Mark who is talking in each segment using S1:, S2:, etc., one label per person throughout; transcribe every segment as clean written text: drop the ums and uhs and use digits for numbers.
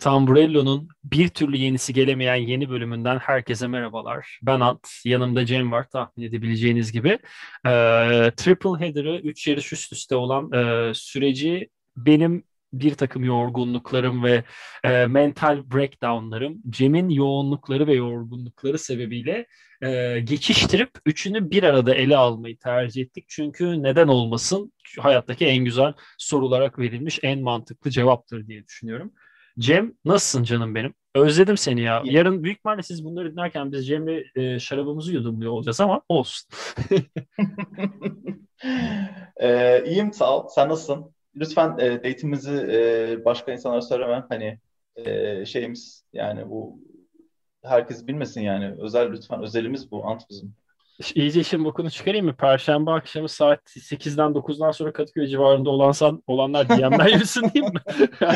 S1: Tamburello'nun bir türlü yenisi gelemeyen yeni bölümünden herkese merhabalar. Ben Ant, yanımda Cem var tahmin edebileceğiniz gibi. Triple Header'ı 3 yarış üst üste olan süreci benim bir takım yorgunluklarım ve mental breakdownlarım, Cem'in yoğunlukları ve yorgunlukları sebebiyle geçiştirip üçünü bir arada ele almayı tercih ettik. Çünkü neden olmasın? Hayattaki en güzel sorularak verilmiş en mantıklı cevaptır diye düşünüyorum. Cem nasılsın canım benim? Özledim seni ya.
S2: İyi-
S1: Yarın büyük ihtimalle siz bunları dinlerken biz Cem'le şarabımızı yudumluyor olacağız ama olsun.
S2: iyiyim sağ ol. Sen nasılsın? Lütfen date'imizi başka insanlara söyleme. Hani şeyimiz yani bu herkes bilmesin yani. Özel lütfen özelimiz bu ant bizim.
S1: İyice işin bokunu çıkarayım mı? Perşembe akşamı saat 8'den 9'dan sonra Kadıköy civarında olanlar DM'den yürüsün diyeyim mi?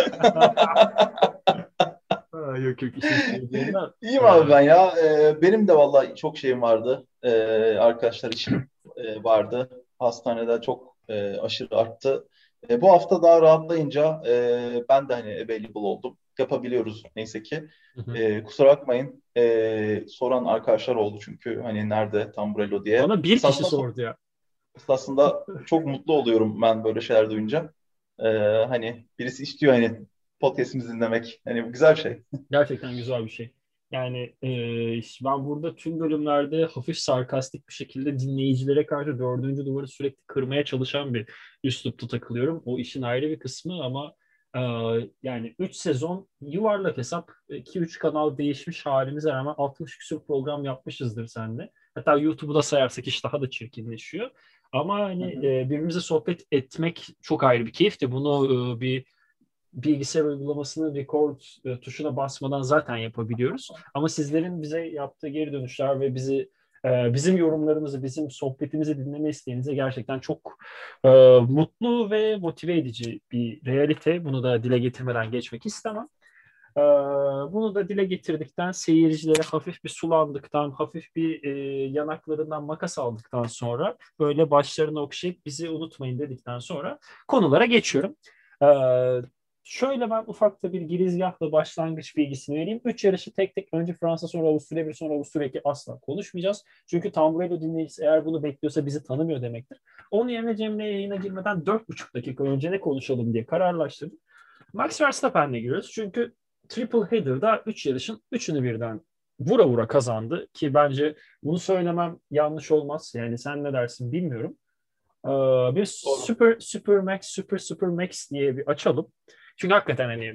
S1: Ha, yok yok işin şey bir yana.
S2: İyiyim abi ben ya. Benim de vallahi çok şeyim vardı. Arkadaşlar işim vardı. Hastanede çok aşırı arttı. Bu hafta daha rahatlayınca ben de hani available oldum. Yapabiliyoruz neyse ki. Kusura bakmayın. Soran arkadaşlar oldu çünkü hani nerede Tamburello diye.
S1: Bana bir kişi sordu ya.
S2: Esasında çok mutlu oluyorum ben böyle şeyler duyunca. Hani birisi istiyor hani podcast'imizi dinlemek. Hani bu güzel bir şey.
S1: Gerçekten güzel bir şey. Yani ben burada tüm bölümlerde hafif sarkastik bir şekilde dinleyicilere karşı dördüncü duvarı sürekli kırmaya çalışan bir üslupta takılıyorum. O işin ayrı bir kısmı ama e, yani 3 sezon yuvarlak hesap 2-3 kanal değişmiş halimize rağmen 60 küsur program yapmışızdır seninle. Hatta YouTube'u da sayarsak iş daha da çirkinleşiyor. Ama
S2: Hı
S1: hani
S2: hı.
S1: birbirimize sohbet etmek çok ayrı bir keyifti. Bunu bir bilgisayar uygulamasını record tuşuna basmadan zaten yapabiliyoruz. Ama sizlerin bize yaptığı geri dönüşler ve bizim yorumlarımızı, bizim sohbetimizi dinleme isteğinize gerçekten çok e, mutlu ve motive edici bir realite. Bunu da dile getirmeden geçmek istemem. E, Bunu da dile getirdikten, seyircilere hafif bir sulandıktan, hafif bir yanaklarından makas aldıktan sonra böyle başlarını okşayıp bizi unutmayın dedikten sonra konulara geçiyorum. E, Şöyle ben ufak bir girizgahla başlangıç bilgisini vereyim. Üç yarışı tek tek önce Fransa sonra Avusturya bir sonra Avusturya 2 asla konuşmayacağız. Çünkü Tom Brady dinleyicisi eğer bunu bekliyorsa bizi tanımıyor demektir. Onun yerine Cem'le yayına girmeden 4,5 dakika önce ne konuşalım diye kararlaştırdık. Max Verstappen'le giriyoruz. Çünkü Triple Header'da 3 yarışın üçünü birden vura vura kazandı ki bence bunu söylemem yanlış olmaz. Yani sen ne dersin bilmiyorum. Bir
S2: Doğru.
S1: Super Max Super Max diye bir açalım. Çünkü hakikaten hani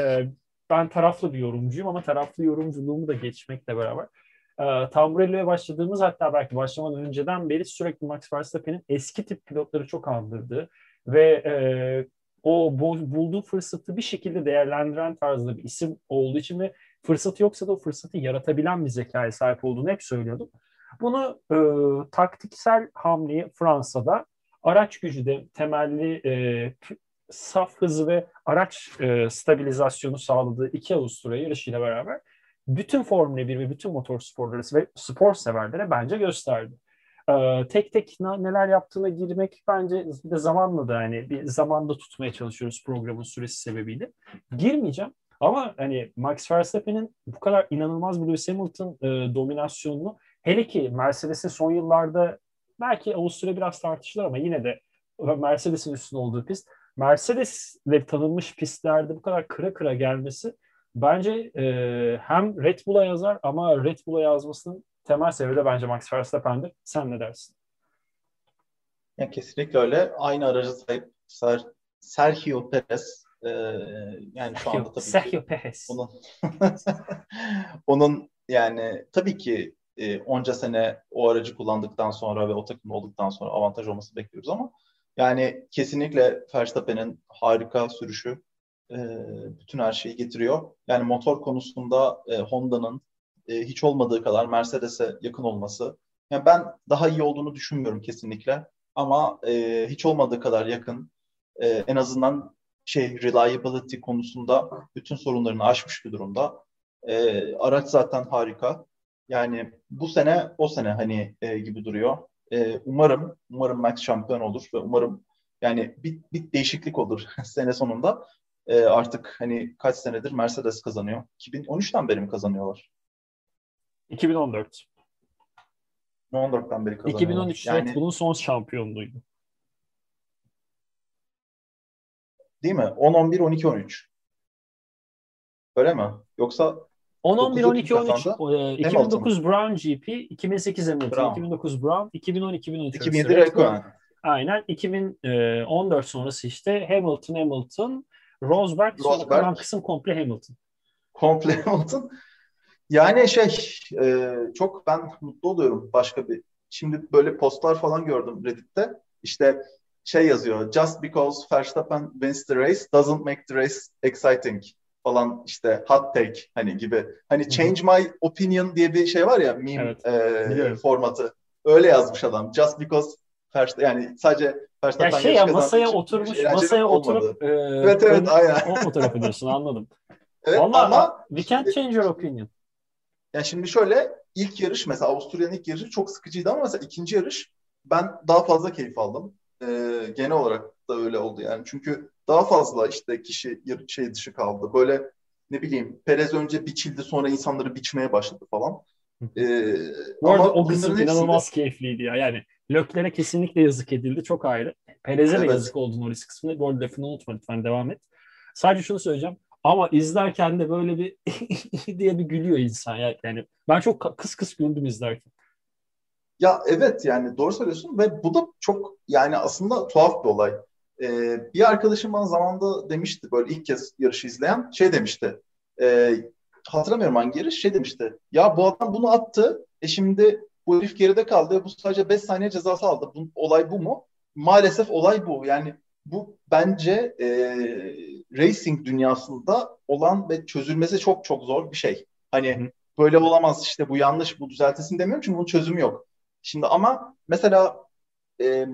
S1: ben taraflı bir yorumcuyum ama taraflı yorumculuğumu da geçmekle beraber Tamburello'ya başladığımız hatta belki başlamadan önceden beri sürekli Max Verstappen'in eski tip pilotları çok andırdığı ve bulduğu fırsatı bir şekilde değerlendiren tarzda bir isim olduğu için ve fırsatı yoksa da o fırsatı yaratabilen bir zekaya sahip olduğunu hep söylüyordum. Bunu taktiksel hamleyi Fransa'da araç gücü de temelli saf hızı ve araç stabilizasyonu sağladığı iki Avusturya yarışıyla beraber bütün Formula 1 ve bütün motor sporları ve spor severlere bence gösterdi. Tek tek neler yaptığına girmek bence bir de zamanla da hani bir zamanda tutmaya çalışıyoruz programın süresi sebebiyle. Girmeyeceğim. Ama hani Max Verstappen'in bu kadar inanılmaz bir Lewis Hamilton dominasyonunu hele ki Mercedes'in son yıllarda belki Avusturya biraz tartışılır ama yine de Mercedes'in üstün olduğu pist. Mercedes'le tanınmış pistlerde bu kadar kıra kıra gelmesi bence hem Red Bull'a yazar ama Red Bull'a yazmasının temel sebebi de bence Max Verstappen'dir. Sen ne dersin?
S2: Yani kesinlikle öyle. Aynı aracı sahip Sergio Perez. Yani şu anda tabii ki
S1: Sergio Perez.
S2: onun onun yani tabii ki onca sene o aracı kullandıktan sonra ve o takım olduktan sonra avantaj olması bekliyoruz ama yani kesinlikle Verstappen'in harika sürüşü e, bütün her şeyi getiriyor. Yani motor konusunda Honda'nın hiç olmadığı kadar Mercedes'e yakın olması. Yani ben daha iyi olduğunu düşünmüyorum kesinlikle. Ama hiç olmadığı kadar yakın. En azından reliability konusunda bütün sorunlarını aşmış bir durumda. Araç zaten harika. Yani bu sene o sene hani gibi duruyor. Umarım Max şampiyon olur ve umarım yani bir değişiklik olur sene sonunda. Artık hani kaç senedir Mercedes kazanıyor. 2013'ten beri mi kazanıyorlar?
S1: 2014.
S2: 2014'ten beri kazanıyorlar.
S1: 2013 Red
S2: Yani
S1: Bull'un son şampiyonluğuydu.
S2: değil mi? 10, 11, 12, 13. Öyle mi? Yoksa
S1: 10, 11,
S2: 9'u kim
S1: 12, 13.
S2: kazandı? Hamilton.
S1: 2009 Brown GP, 2008 Hamilton,
S2: Brown.
S1: 2009 Brown, 2010, 2013 arası
S2: 2007
S1: Red Bull.
S2: Raikkonen.
S1: Aynen. 2014 sonrası işte Hamilton, Rosberg, sonra kalan
S2: Rosberg.
S1: kısım komple Hamilton.
S2: Komple Hamilton. Yani çok ben mutlu oluyorum başka bir. Şimdi böyle postlar falan gördüm Reddit'te. İşte yazıyor. Just because Verstappen wins the race doesn't make the race exciting falan, işte hot take hani gibi. Hani change my opinion diye bir şey var ya, meme
S1: Evet,
S2: formatı. Öyle yazmış adam. Just because yani sadece Verstappen
S1: ya
S2: yarışı kazandığı
S1: masaya
S2: için
S1: oturmuş,
S2: eğlenceli
S1: masaya
S2: olmadı.
S1: oturup
S2: Evet aynen.
S1: o fotoğrafı diyorsun, anladım.
S2: Evet
S1: Valla
S2: ama
S1: we can't change your opinion.
S2: yani şimdi şöyle, ilk yarış mesela Avusturya'nın ilk yarışı çok sıkıcıydı ama mesela ikinci yarış ben daha fazla keyif aldım. Genel olarak da öyle oldu yani. Çünkü daha fazla işte kişi dışı kaldı. Böyle ne bileyim, Perez önce biçildi, sonra insanları biçmeye başladı falan.
S1: Bu arada
S2: Ama
S1: o kısım
S2: bunların hepsinde
S1: inanılmaz keyifliydi ya. Yani Leclerc'e kesinlikle yazık edildi. Çok ayrı. Perez'e de
S2: evet,
S1: yazık oldu Norris kısmında. Bu arada lafını unutma lütfen, devam et. Sadece şunu söyleyeceğim. Ama izlerken de böyle bir diye bir gülüyor insan ya. Yani ben çok kıs kıs güldüm izlerken.
S2: ya evet, yani doğru söylüyorsun ve bu da çok yani aslında tuhaf bir olay. Bir arkadaşım bana zamanında demişti, böyle ilk kez yarışı izleyen demişti. E, Hatırlamıyorum hangi yarış, demişti. Ya bu adam bunu attı. Şimdi bu herif geride kaldı. Bu sadece 5 saniye cezası aldı. Olay bu mu? Maalesef olay bu. Yani bu bence racing dünyasında olan ve çözülmesi çok çok zor bir şey. Hani böyle olamaz, işte bu yanlış, bu düzeltesin demiyorum çünkü bunun çözümü yok. Şimdi ama mesela e,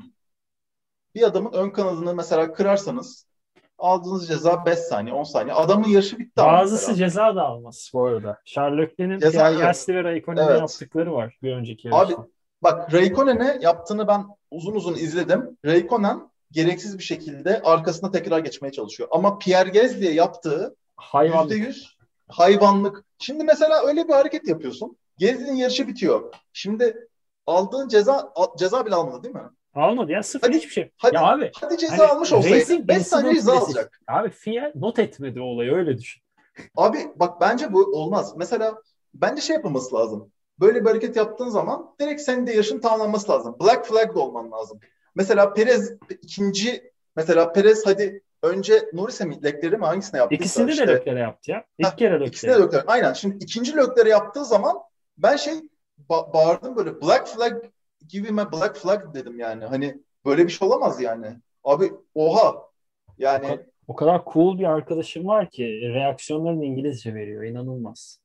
S2: bir adamın ön kanadını mesela kırarsanız aldığınız ceza 5 saniye, 10 saniye. Adamın yarışı bitti ama
S1: Bazısı
S2: mesela.
S1: ceza da almaz bu arada. Charles Leclerc'in
S2: Ceza,
S1: Pierre
S2: evet.
S1: Gasly ve Raikkonen'e
S2: Evet.
S1: yaptıkları var bir önceki
S2: Abi
S1: yarışta.
S2: bak, Raikkonen'e yaptığını ben uzun uzun izledim. Raikkonen gereksiz bir şekilde arkasına tekrar geçmeye çalışıyor. Ama Pierre Gasly'ye yaptığı
S1: Hayvanlık.
S2: %100 hayvanlık. Şimdi mesela öyle bir hareket yapıyorsun. Gasly'nin yarışı bitiyor. Şimdi aldığın ceza bile almadı değil mi?
S1: Almadı ya, sıfır
S2: Hadi
S1: hiçbir şey. Ya
S2: hadi
S1: abi
S2: hadi ceza
S1: hani
S2: almış olsaydı
S1: racing
S2: 5 saniye
S1: incident
S2: ceza
S1: bile seç.
S2: alacak.
S1: Abi FIA not etmedi olayı, öyle düşün.
S2: Abi bak, bence bu olmaz. Mesela bence yapılması lazım. Böyle bir hareket yaptığın zaman direkt senin de yarışın tamamlanması lazım. Black flag da olman lazım. Mesela Perez mesela Perez hadi önce Norris'e mi Leclerc'e mi hangisine yaptıysa
S1: İkisinde de
S2: işte,
S1: Leclerc'e yaptı ya. İlk kere
S2: ikisine
S1: Leclerc'e
S2: de
S1: yaptı.
S2: Leclerc. Aynen. Şimdi ikinci Leclerc'e yaptığı zaman ben bağırdım, böyle black flag, give him a black flag dedim yani. Hani böyle bir şey olamaz yani. Abi oha.
S1: O,
S2: Yani
S1: o kadar cool bir arkadaşım var ki reaksiyonlarını İngilizce veriyor. İnanılmaz.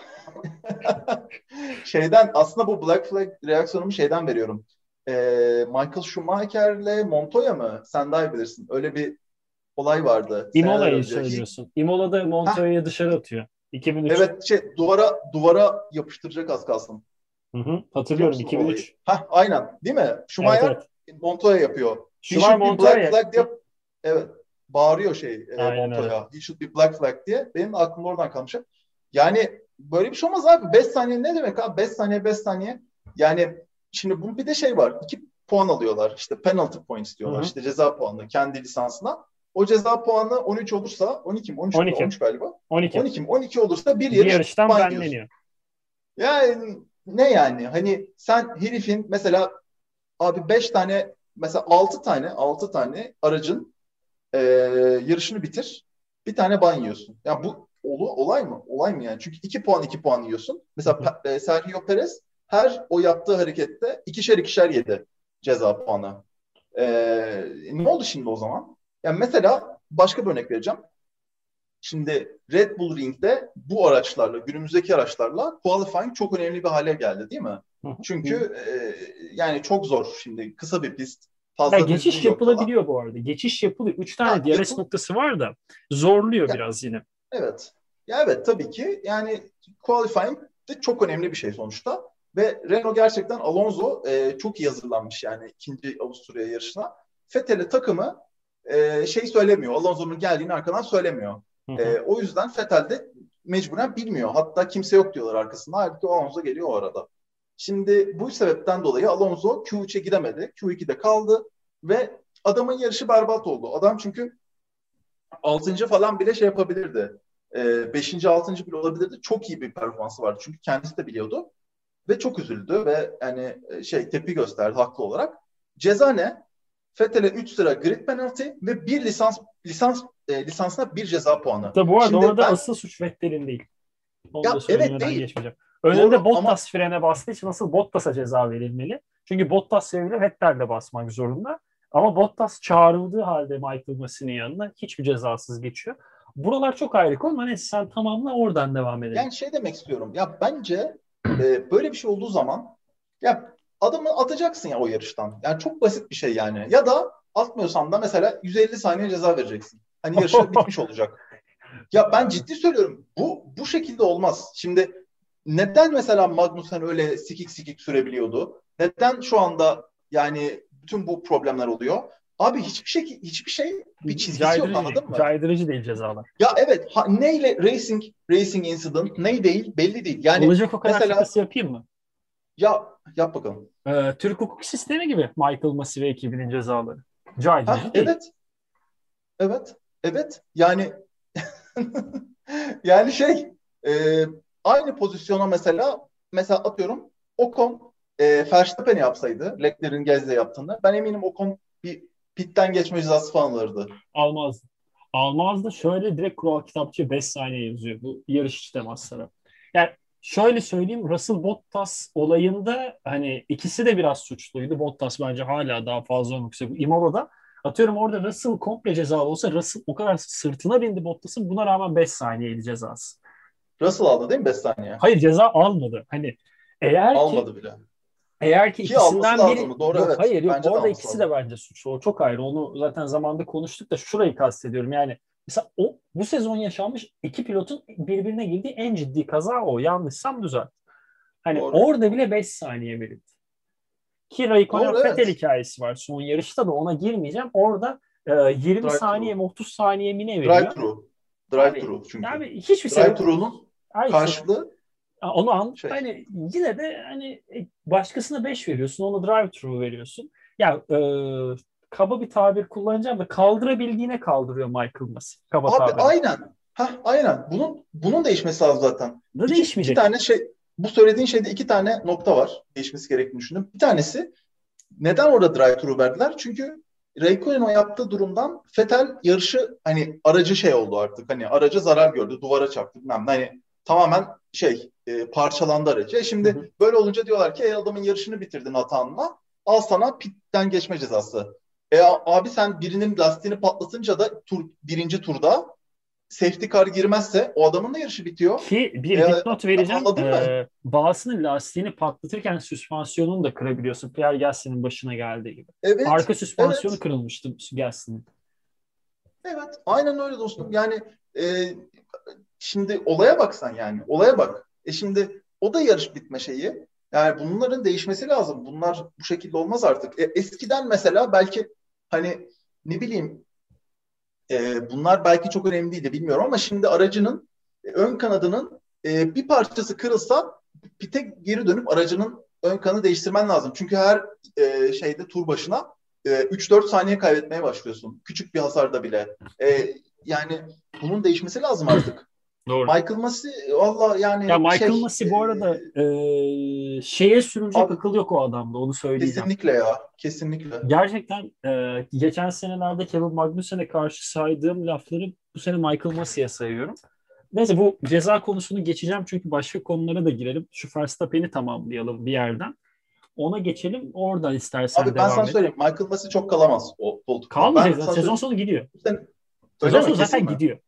S2: aslında bu Black Flag reaksiyonumu veriyorum. Michael Schumacher'le Montoya mı? Sen daha iyi bilirsin. Öyle bir olay vardı seneler
S1: Imola'yı
S2: önce.
S1: söylüyorsun. Imola'da
S2: Heh,
S1: Montoya'yı dışarı atıyor. 2003.
S2: evet, duvara yapıştıracak az kalsın.
S1: Hı hı,
S2: Biliyor
S1: hatırlıyorum,
S2: musun o olayı?
S1: 2003.
S2: Aynen. Değil mi?
S1: Evet,
S2: Schumacher
S1: evet.
S2: Montoya yapıyor. He
S1: Schumacher
S2: should be black
S1: Montoya.
S2: flag diye, evet, bağırıyor
S1: Aynen öyle.
S2: Montoya. He should be black flag diye. Benim aklımda oradan kalmış. Yani böyle bir şey olmaz abi. 5 saniye ne demek abi? 5 saniye, 5 saniye. Yani şimdi bu bir de var. 2 puan alıyorlar. İşte penalty points
S1: Hı
S2: diyorlar.
S1: hı.
S2: İşte ceza puanı kendi lisansına. O ceza puanı 13 olursa, 12 mi? 13 mi?
S1: 12.
S2: 13 galiba.
S1: 12.
S2: 12 mi? 12 olursa bir
S1: Bir
S2: yarış
S1: yarıştan
S2: ban yiyorsun.
S1: benleniyor.
S2: Yani ne yani? Hani sen herifin mesela abi 5 tane, mesela 6 tane aracın yarışını bitir. Bir tane ban yiyorsun. Yani bu olay mı? Olay mı yani? Çünkü 2 puan yiyorsun.
S1: Hı
S2: Mesela
S1: hı.
S2: Sergio Perez her o yaptığı harekette ikişer yedi ceza puanı. Ne oldu şimdi o zaman? Yani mesela başka bir örnek vereceğim. Şimdi Red Bull Ring'de bu araçlarla, günümüzdeki araçlarla qualifying çok önemli bir hale geldi değil mi?
S1: Hı
S2: Çünkü
S1: hı.
S2: yani çok zor şimdi. Kısa bir pist,
S1: Ya
S2: fazla düzlüğü
S1: geçiş
S2: yok falan.
S1: yapılabiliyor bu arada. Geçiş yapılıyor. 3 tane
S2: Ha,
S1: DRS noktası var da zorluyor
S2: ya,
S1: biraz yine.
S2: evet. Ya evet, tabii ki. Yani qualifying de çok önemli bir şey sonuçta. Ve Renault gerçekten, Alonso çok iyi hazırlanmış yani ikinci Avusturya yarışına. Vettel'e takımı şey söylemiyor. Alonso'nun geldiğini arkadan söylemiyor.
S1: Hı hı.
S2: O yüzden Vettel de mecburen bilmiyor. Hatta kimse yok diyorlar arkasında. Halbuki Alonso geliyor o arada. Şimdi bu sebepten dolayı Alonso Q3'e gidemedi. Q2'de kaldı ve adamın yarışı berbat oldu. Adam çünkü 6. falan bile şey yapabilirdi. 5. 6. bile olabilirdi. Çok iyi bir performansı vardı. Çünkü kendisi de biliyordu. Ve çok üzüldü ve yani tepki gösterdi haklı olarak. Ceza ne? Vettel'e 3 sıra grid penalty ve bir lisansına bir ceza puanı.
S1: Tabii bu arada
S2: Şimdi
S1: orada
S2: ben
S1: asıl suç Vettel'in değil. Onu da
S2: ya evet
S1: söylemeden
S2: değil.
S1: geçmeyeceğim. Önünde
S2: Doğru ama
S1: Bottas frene bastığı için asıl Bottas'a ceza verilmeli. Çünkü Bottas yerine Vettel de basmak zorunda. Ama Bottas çağrıldığı halde Michael Masi'nin yanına hiçbir cezasız geçiyor. Buralar çok ayrı konu. Neyse sen tamamla oradan devam edelim.
S2: yani şey demek istiyorum. Ya bence böyle bir şey olduğu zaman ya adamı atacaksın ya o yarıştan. Yani çok basit bir şey yani. Ya da atmıyorsan da mesela 150 saniye ceza vereceksin. Hani yarışı bitmiş olacak. Ya ben ciddi söylüyorum. Bu şekilde olmaz. Şimdi neden mesela Magnussen öyle sikik sikik sürebiliyordu? Neden şu anda yani bütün bu problemler oluyor? Abi hiçbir şey bir çizgisi yok,
S1: Caydırıcı değil.
S2: anladın mı?
S1: Caydırıcı değil cezalar.
S2: Ya evet neyle racing incident ne değil belli değil. Yani
S1: Olacak o kadar
S2: mesela
S1: şakası yapayım mı?
S2: ya yap bakalım.
S1: Türk hukuk sistemi gibi Michael Masi ve ekibinin cezaları. Caydırıcı değil.
S2: Evet, evet, evet. Yani yani e, aynı pozisyona mesela atıyorum Ocon Verstappen yapsaydı Leclerc'in Gezde yaptığını ben eminim Ocon bir pitten geçme cezası falan alırdı.
S1: Almazdı. Almazdı. Şöyle direkt kural kitapçı 5 saniye yazıyor. Bu yarış içi temaslara. Yani şöyle söyleyeyim. Russell Bottas olayında hani ikisi de biraz suçluydu. Bottas bence hala daha fazla olmak üzere. Bu Imola'da atıyorum orada Russell komple cezalı olsa Russell o kadar sırtına bindi Bottas'ın buna rağmen 5 saniyeydi cezası.
S2: Russell aldı değil mi 5 saniye?
S1: Hayır ceza almadı. Hani eğer ki
S2: Almadı bile.
S1: eğer ki
S2: Ki alması
S1: ikisinden
S2: lazım
S1: biri
S2: mı? Doğru,
S1: yok
S2: evet.
S1: hayır yok
S2: Bence de
S1: orada
S2: alması
S1: ikisi de
S2: lazım.
S1: bence suçlu. O çok ayrı. Onu zaten zamanda konuştuk da şurayı kastediyorum. Yani mesela bu sezon yaşanmış iki pilotun birbirine girdiği en ciddi kaza o. Yanlışsam düzelt. Hani
S2: Doğru.
S1: orada bile 5 saniye verildi. Ki Raikkonen
S2: Doğru,
S1: Vettel
S2: evet.
S1: hikayesi var. Son yarışta da ona girmeyeceğim. Orada 20
S2: Drive
S1: saniye
S2: thru.
S1: mi 30 saniye mi ne
S2: Drive
S1: veriyor?
S2: thru. Drive
S1: Abi
S2: thru çünkü.
S1: yani hiçbir
S2: Drive
S1: sebep yok.
S2: thru'nun
S1: Ay işte
S2: karşılığı
S1: onu an
S2: şey.
S1: hani yine de hani başkasına 5 veriyorsun, ona drive thru veriyorsun. Ya kaba bir tabir kullanacağım da kaldırabildiğine kaldırıyor Michael Masi. Kaba
S2: Abi
S1: tabirle.
S2: aynen. Aynen. Bunun değişmesi lazım zaten.
S1: Da
S2: İki
S1: değişmeyecek.
S2: tane bu söylediğin şeyde iki tane nokta var. Değişmesi gerektiğini düşündüm. Bir tanesi neden orada drive thru verdiler? Çünkü Raikkonen o yaptığı durumdan Vettel yarışı hani aracı oldu artık. Hani aracı zarar gördü. Duvara çarptı bilmem ne. Hani tamamen parçalandı aracı.
S1: Hı hı.
S2: Şimdi böyle olunca diyorlar ki adamın yarışını bitirdin hatanla. Al sana pitten geçme cezası. Abi sen birinin lastiğini patlatınca da birinci turda safety car girmezse o adamın da yarışı bitiyor.
S1: Ki bir dipnot vereceğim.
S2: Anladın mı?
S1: Bağısının lastiğini patlatırken süspansiyonunu da kırabiliyorsun. Pierre Gasly'nin başına geldiği gibi.
S2: Evet.
S1: Arka süspansiyonu
S2: Evet.
S1: kırılmıştı Gasly'nin.
S2: Evet. Aynen öyle dostum. Yani e, şimdi olaya baksan yani. Olaya bak. Şimdi o da yarış bitme şeyi. Yani bunların değişmesi lazım. Bunlar bu şekilde olmaz artık. Eskiden mesela belki hani ne bileyim bunlar belki çok önemli değildi bilmiyorum ama şimdi aracının ön kanadının bir parçası kırılsa pite geri dönüp aracının ön kanadı değiştirmen lazım. Çünkü her tur başına 3-4 saniye kaybetmeye başlıyorsun. Küçük bir hasarda bile. Yani bunun değişmesi lazım artık.
S1: Doğru.
S2: Michael Masi valla
S1: Ya
S2: yani
S1: Michael Masi bu arada şeye sürülecek
S2: abi
S1: akıl yok o adamda. Onu söyleyeceğim.
S2: kesinlikle ya kesinlikle.
S1: Gerçekten geçen senelerde Kevin Magnussen'e karşı saydığım lafları bu sene Michael Masi'ye sayıyorum. Neyse bu ceza konusunu geçeceğim çünkü başka konulara da girelim. Şu Verstappen'i tamamlayalım bir yerden. Ona geçelim. Oradan istersen
S2: Abi ben sana
S1: devam et.
S2: söyleyeyim Michael Masi çok kalamaz o koltukta.
S1: Kalmayacak
S2: Ben
S1: zaten.
S2: sana
S1: Sezon
S2: söyleyeyim.
S1: sonu gidiyor.
S2: Sen, öyle
S1: Sezon
S2: mi?
S1: sonu
S2: Kesin
S1: zaten
S2: mi?
S1: gidiyor.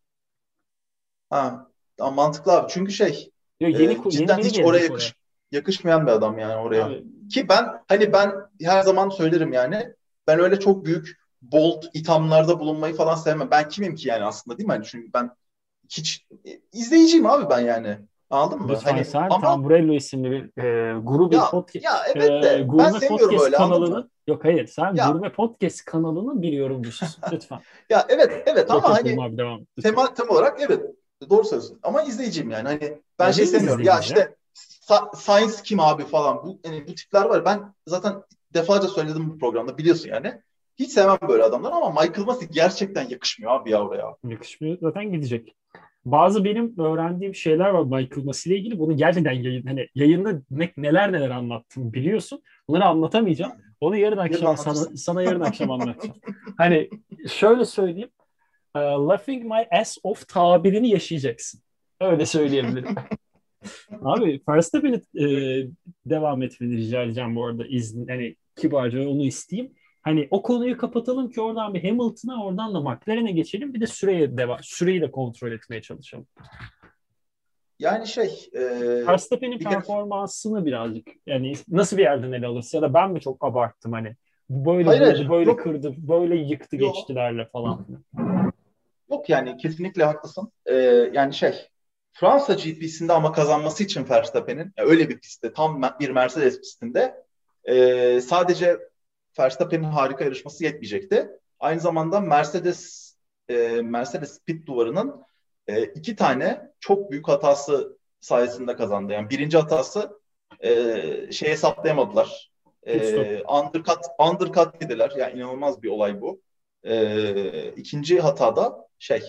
S2: Ha, tamam, mantıklı abi. Çünkü
S1: Diyor, yeni
S2: cidden
S1: biri
S2: hiç oraya
S1: gelecek oraya.
S2: yakışmayan bir adam yani oraya.
S1: Abi,
S2: Ki ben her zaman söylerim yani ben öyle çok büyük bold ithamlarda bulunmayı falan sevmem. Ben kimim ki yani aslında değil mi? Hani çünkü ben hiç izleyiciyim abi ben yani. Anladın mı?
S1: Lütfen
S2: Hani
S1: sen
S2: ama
S1: Tamburello isimli bir
S2: ya evet de ben
S1: gurme
S2: sevmiyorum
S1: podcast
S2: öyle, anladın mı?
S1: kanalının yok hayır sen
S2: Ya
S1: gurme podcast kanalının bir yorumcususun. Lütfen.
S2: ya evet evet
S1: Çok
S2: ama
S1: yapıyorum
S2: hani
S1: abi devam. Lütfen.
S2: Tem olarak evet, doğru söylüyorsun. Ama izleyiciyim yani. Hani ben şey
S1: Hepimiz
S2: sevmiyorum. Ya
S1: izleyeceğiz ya.
S2: işte Science kim abi falan. Bu tipler var. Ben zaten defalarca söyledim bu programda, biliyorsun yani. Hiç sevmem böyle adamlar ama Michael Massey gerçekten yakışmıyor abi ya oraya.
S1: Yakışmıyor. Zaten gidecek. Bazı benim öğrendiğim şeyler var Michael Massey ile ilgili. Bunu gerçekten hani yayında neler neler anlattım biliyorsun. Bunları anlatamayacağım. Onu yarın
S2: Yarın
S1: akşam
S2: anlatırsın.
S1: sana yarın akşam anlatacağım. Hani şöyle söyleyeyim. Laughing my ass off tabirini yaşayacaksın. Öyle söyleyebilirim. Abi Verstappen'i devam etmeni rica edeceğim bu arada. Hani kibarca onu isteyeyim. Hani o konuyu kapatalım ki oradan bir Hamilton'a oradan da McLaren'e geçelim. Bir de süreyi de kontrol etmeye çalışalım.
S2: Yani
S1: Verstappen'in
S2: bir kere
S1: performansını birazcık yani nasıl bir yerden ele alırsın ya da ben mi çok abarttım hani bu böyle
S2: hayır
S1: vurdu,
S2: hayır
S1: böyle
S2: yok
S1: kırdı, böyle yıktı
S2: yok
S1: geçtilerle falan filan.
S2: yok, yani kesinlikle haklısın. Yani Fransa GP'sinde ama kazanması için Verstappen'in öyle bir pistte, tam bir Mercedes pistinde, sadece Verstappen'in harika yarışması yetmeyecekti. Aynı zamanda Mercedes pit duvarının iki tane çok büyük hatası sayesinde kazandı. Yani birinci hatası, hesaplayamadılar.
S1: Pit stop.
S2: Undercut dediler. Yani inanılmaz bir olay bu. İkinci hatada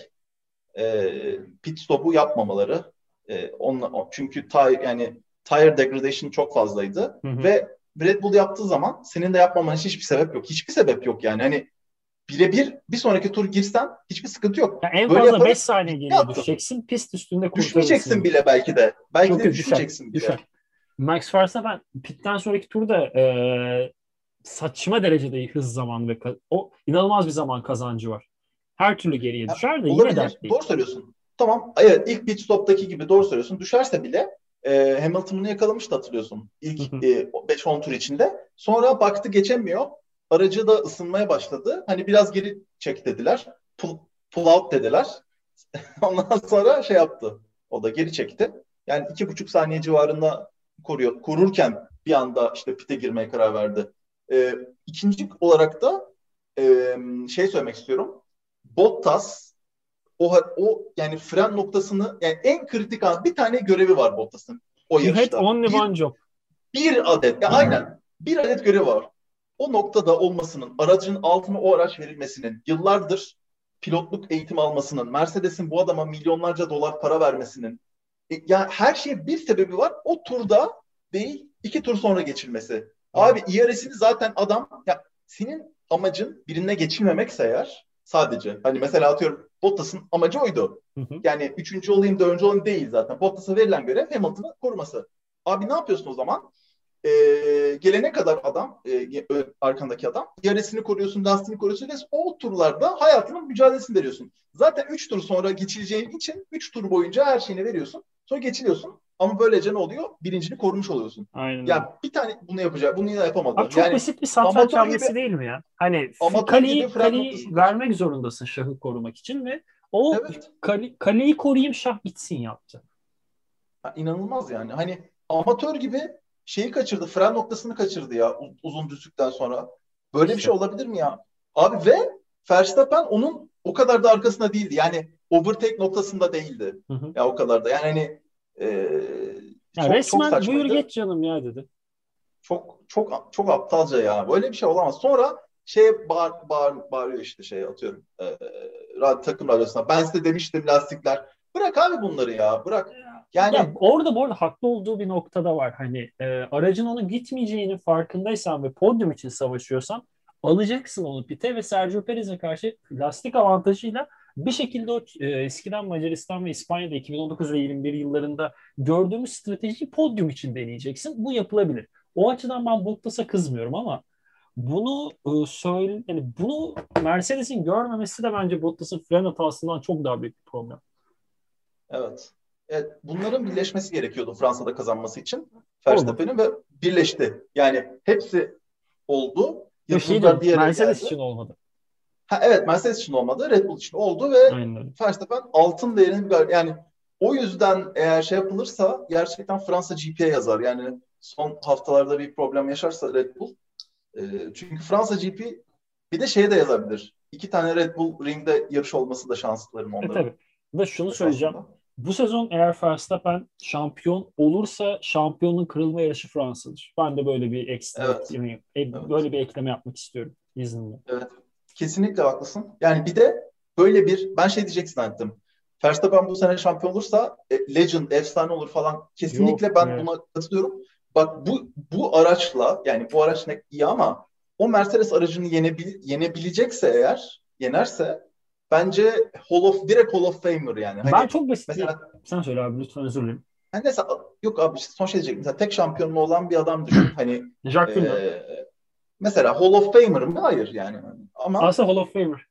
S2: pit stopu yapmamaları. Çünkü yani tire degradation çok fazlaydı
S1: Hı hı.
S2: ve Red Bull yaptığı zaman senin de yapmaman için hiçbir sebep yok. Hiçbir sebep yok yani. Hani birebir bir sonraki tur girsen hiçbir sıkıntı yok.
S1: Ya en
S2: Böyle
S1: fazla 5
S2: yaparak
S1: saniye
S2: riske
S1: geriye
S2: attın.
S1: düşeceksin. Pist üstünde kurtarırsın
S2: Düşmeyeceksin
S1: onu.
S2: bile belki de. Belki
S1: Çok
S2: de
S1: kötü düşer.
S2: düşmeyeceksin bile.
S1: Düşer. Max Verstappen pitten sonraki turda saçma derecede iyi hız zaman ve o inanılmaz bir zaman kazancı var. Her türlü geriye
S2: Ha,
S1: düşer de yine
S2: olabilir.
S1: dert değil.
S2: Doğru söylüyorsun. Tamam. Evet, ilk pit stop'taki gibi doğru söylüyorsun. Düşerse bile Hamilton'ı yakalamıştı, hatırlıyorsun.
S1: Hı
S2: İlk
S1: hı.
S2: 5-10 tur içinde. Sonra baktı geçemiyor. Aracı da ısınmaya başladı. Hani biraz geri çek dediler. Pull out dediler. Ondan sonra yaptı. O da geri çekti. Yani 2,5 saniye civarında korurken bir anda işte pite girmeye karar verdi. İkinci olarak da söylemek istiyorum. Bottas o yani fren noktasını, yani en kritik an, bir tane görevi var Bottas'ın o
S1: He had
S2: yarışta.
S1: only one job.
S2: Bir adet, ya aynen bir adet görevi var. O noktada olmasının, aracın altına o araç verilmesinin, yıllardır pilotluk eğitimi almasının, Mercedes'in bu adama milyonlarca dolar para vermesinin, ya her şeye bir sebebi var. O turda değil, 2 tur sonra geçilmesi.
S1: Evet.
S2: Abi IRS'ini zaten adam, ya senin amacın birine geçilmemekse eğer, sadece hani mesela atıyorum Bottas'ın amacı oydu.
S1: Hı hı.
S2: Yani üçüncü olayım, dördüncü olayım değil zaten. Bottas'a verilen görev Hamilton'ı koruması. Abi ne yapıyorsun o zaman? Gelene kadar adam, arkandaki adam, yaresini koruyorsun, lastiğini koruyorsun ve o turlarda hayatının mücadelesini veriyorsun. Zaten 3 tur sonra geçileceğin için 3 tur boyunca her şeyini veriyorsun. Sonra geçiliyorsun. Ama böylece ne oluyor? Birincini korumuş oluyorsun.
S1: Aynen öyle.
S2: Ya bir tane bunu yapacak, bunu yine
S1: Abi
S2: yapamadı.
S1: çok
S2: Yani
S1: basit bir satranç
S2: amatör gibi
S1: hamlesi değil mi ya? Hani
S2: amatör gibi fren
S1: kaleyi
S2: noktasını kaçırdı.
S1: vermek zorundasın şahı korumak için ve o
S2: Evet.
S1: kaleyi koruyayım şah bitsin yaptı.
S2: Ya, inanılmaz yani. Hani amatör gibi şeyi kaçırdı. Fren noktasını kaçırdı ya uzun düzlükten sonra. Böyle bir şey
S1: İşte.
S2: olabilir mi ya? Abi ve Verstappen onun o kadar da arkasında değildi. Yani overtake noktasında değildi.
S1: Hı hı.
S2: Ya o kadar da. Yani hani
S1: Ya
S2: çok çok
S1: resmen buyur
S2: saçmaydı.
S1: geç canım ya dedi.
S2: Çok çok çok aptalca ya. Böyle bir şey olamaz. Sonra bağırıyor işte, atıyorum. Takım radyosuna. Ben size demiştim lastikler. Bırak abi bunları ya. Bırak.
S1: Ya
S2: Yani
S1: orada bu arada haklı olduğu bir noktada var. Hani aracın onu gitmeyeceğinin farkındaysan ve podyum için savaşıyorsan alacaksın onu pite ve Sergio Perez'e karşı lastik avantajıyla bir şekilde o eskiden Macaristan ve İspanya'da 2019 ve 21 yıllarında gördüğümüz stratejiyi podyum için deneyeceksin. Bu yapılabilir. O açıdan ben Bottas'a kızmıyorum ama bunu yani bunu Mercedes'in görmemesi de bence Bottas'ın fren hatasından çok daha büyük bir problem.
S2: evet. Evet, bunların birleşmesi gerekiyordu Fransa'da kazanması için
S1: Olmadı.
S2: Verstappen'in ve birleşti. Yani hepsi oldu.
S1: Yok şey
S2: Yıldızlar
S1: diyorum
S2: bir araya
S1: Mercedes
S2: geldi.
S1: için olmadı.
S2: Ha, evet, Mercedes için olmadı, Red Bull için oldu ve
S1: Aynen öyle.
S2: Verstappen altın değerinin yani O yüzden eğer şey yapılırsa gerçekten Fransa GP'ye yazar. Yani son haftalarda bir problem yaşarsa Red Bull. Çünkü Fransa GP bir de şeye de yazabilir. 2 tane Red Bull ringde yarış olması da şanslıların onların
S1: Tabii. Ve şunu söyleyeceğim.
S2: esasında.
S1: Bu sezon eğer Verstappen şampiyon olursa şampiyonun kırılma yarışı Fransa'dır. Ben de böyle bir ekstra
S2: Evet.
S1: ekleme,
S2: Evet.
S1: böyle bir ekleme yapmak istiyorum izninle.
S2: Evet. Kesinlikle haklısın. Yani bir de böyle bir ben şey diyeceksin zannettim. Verstappen bu sene şampiyon olursa legend, efsane olur falan. Kesinlikle
S1: Yok
S2: ben
S1: be.
S2: buna katılıyorum. Bak bu araçla yani bu araç ne iyi ama o Mercedes aracını yenebilecekse eğer yenerse bence direkt Hall of Famer yani.
S1: Ben
S2: Hani
S1: çok basit bir...
S2: mesela
S1: Sen söyle abi lütfen, özür dilerim.
S2: hani mesela yok abi işte son şey diyecek. Mesela tek şampiyonluğu olan bir adam düşün. Hani
S1: Jacques Villeneuve.
S2: e, mesela Hall of Famer mı? Hayır yani. Ama
S1: Aslında Hall of Famer.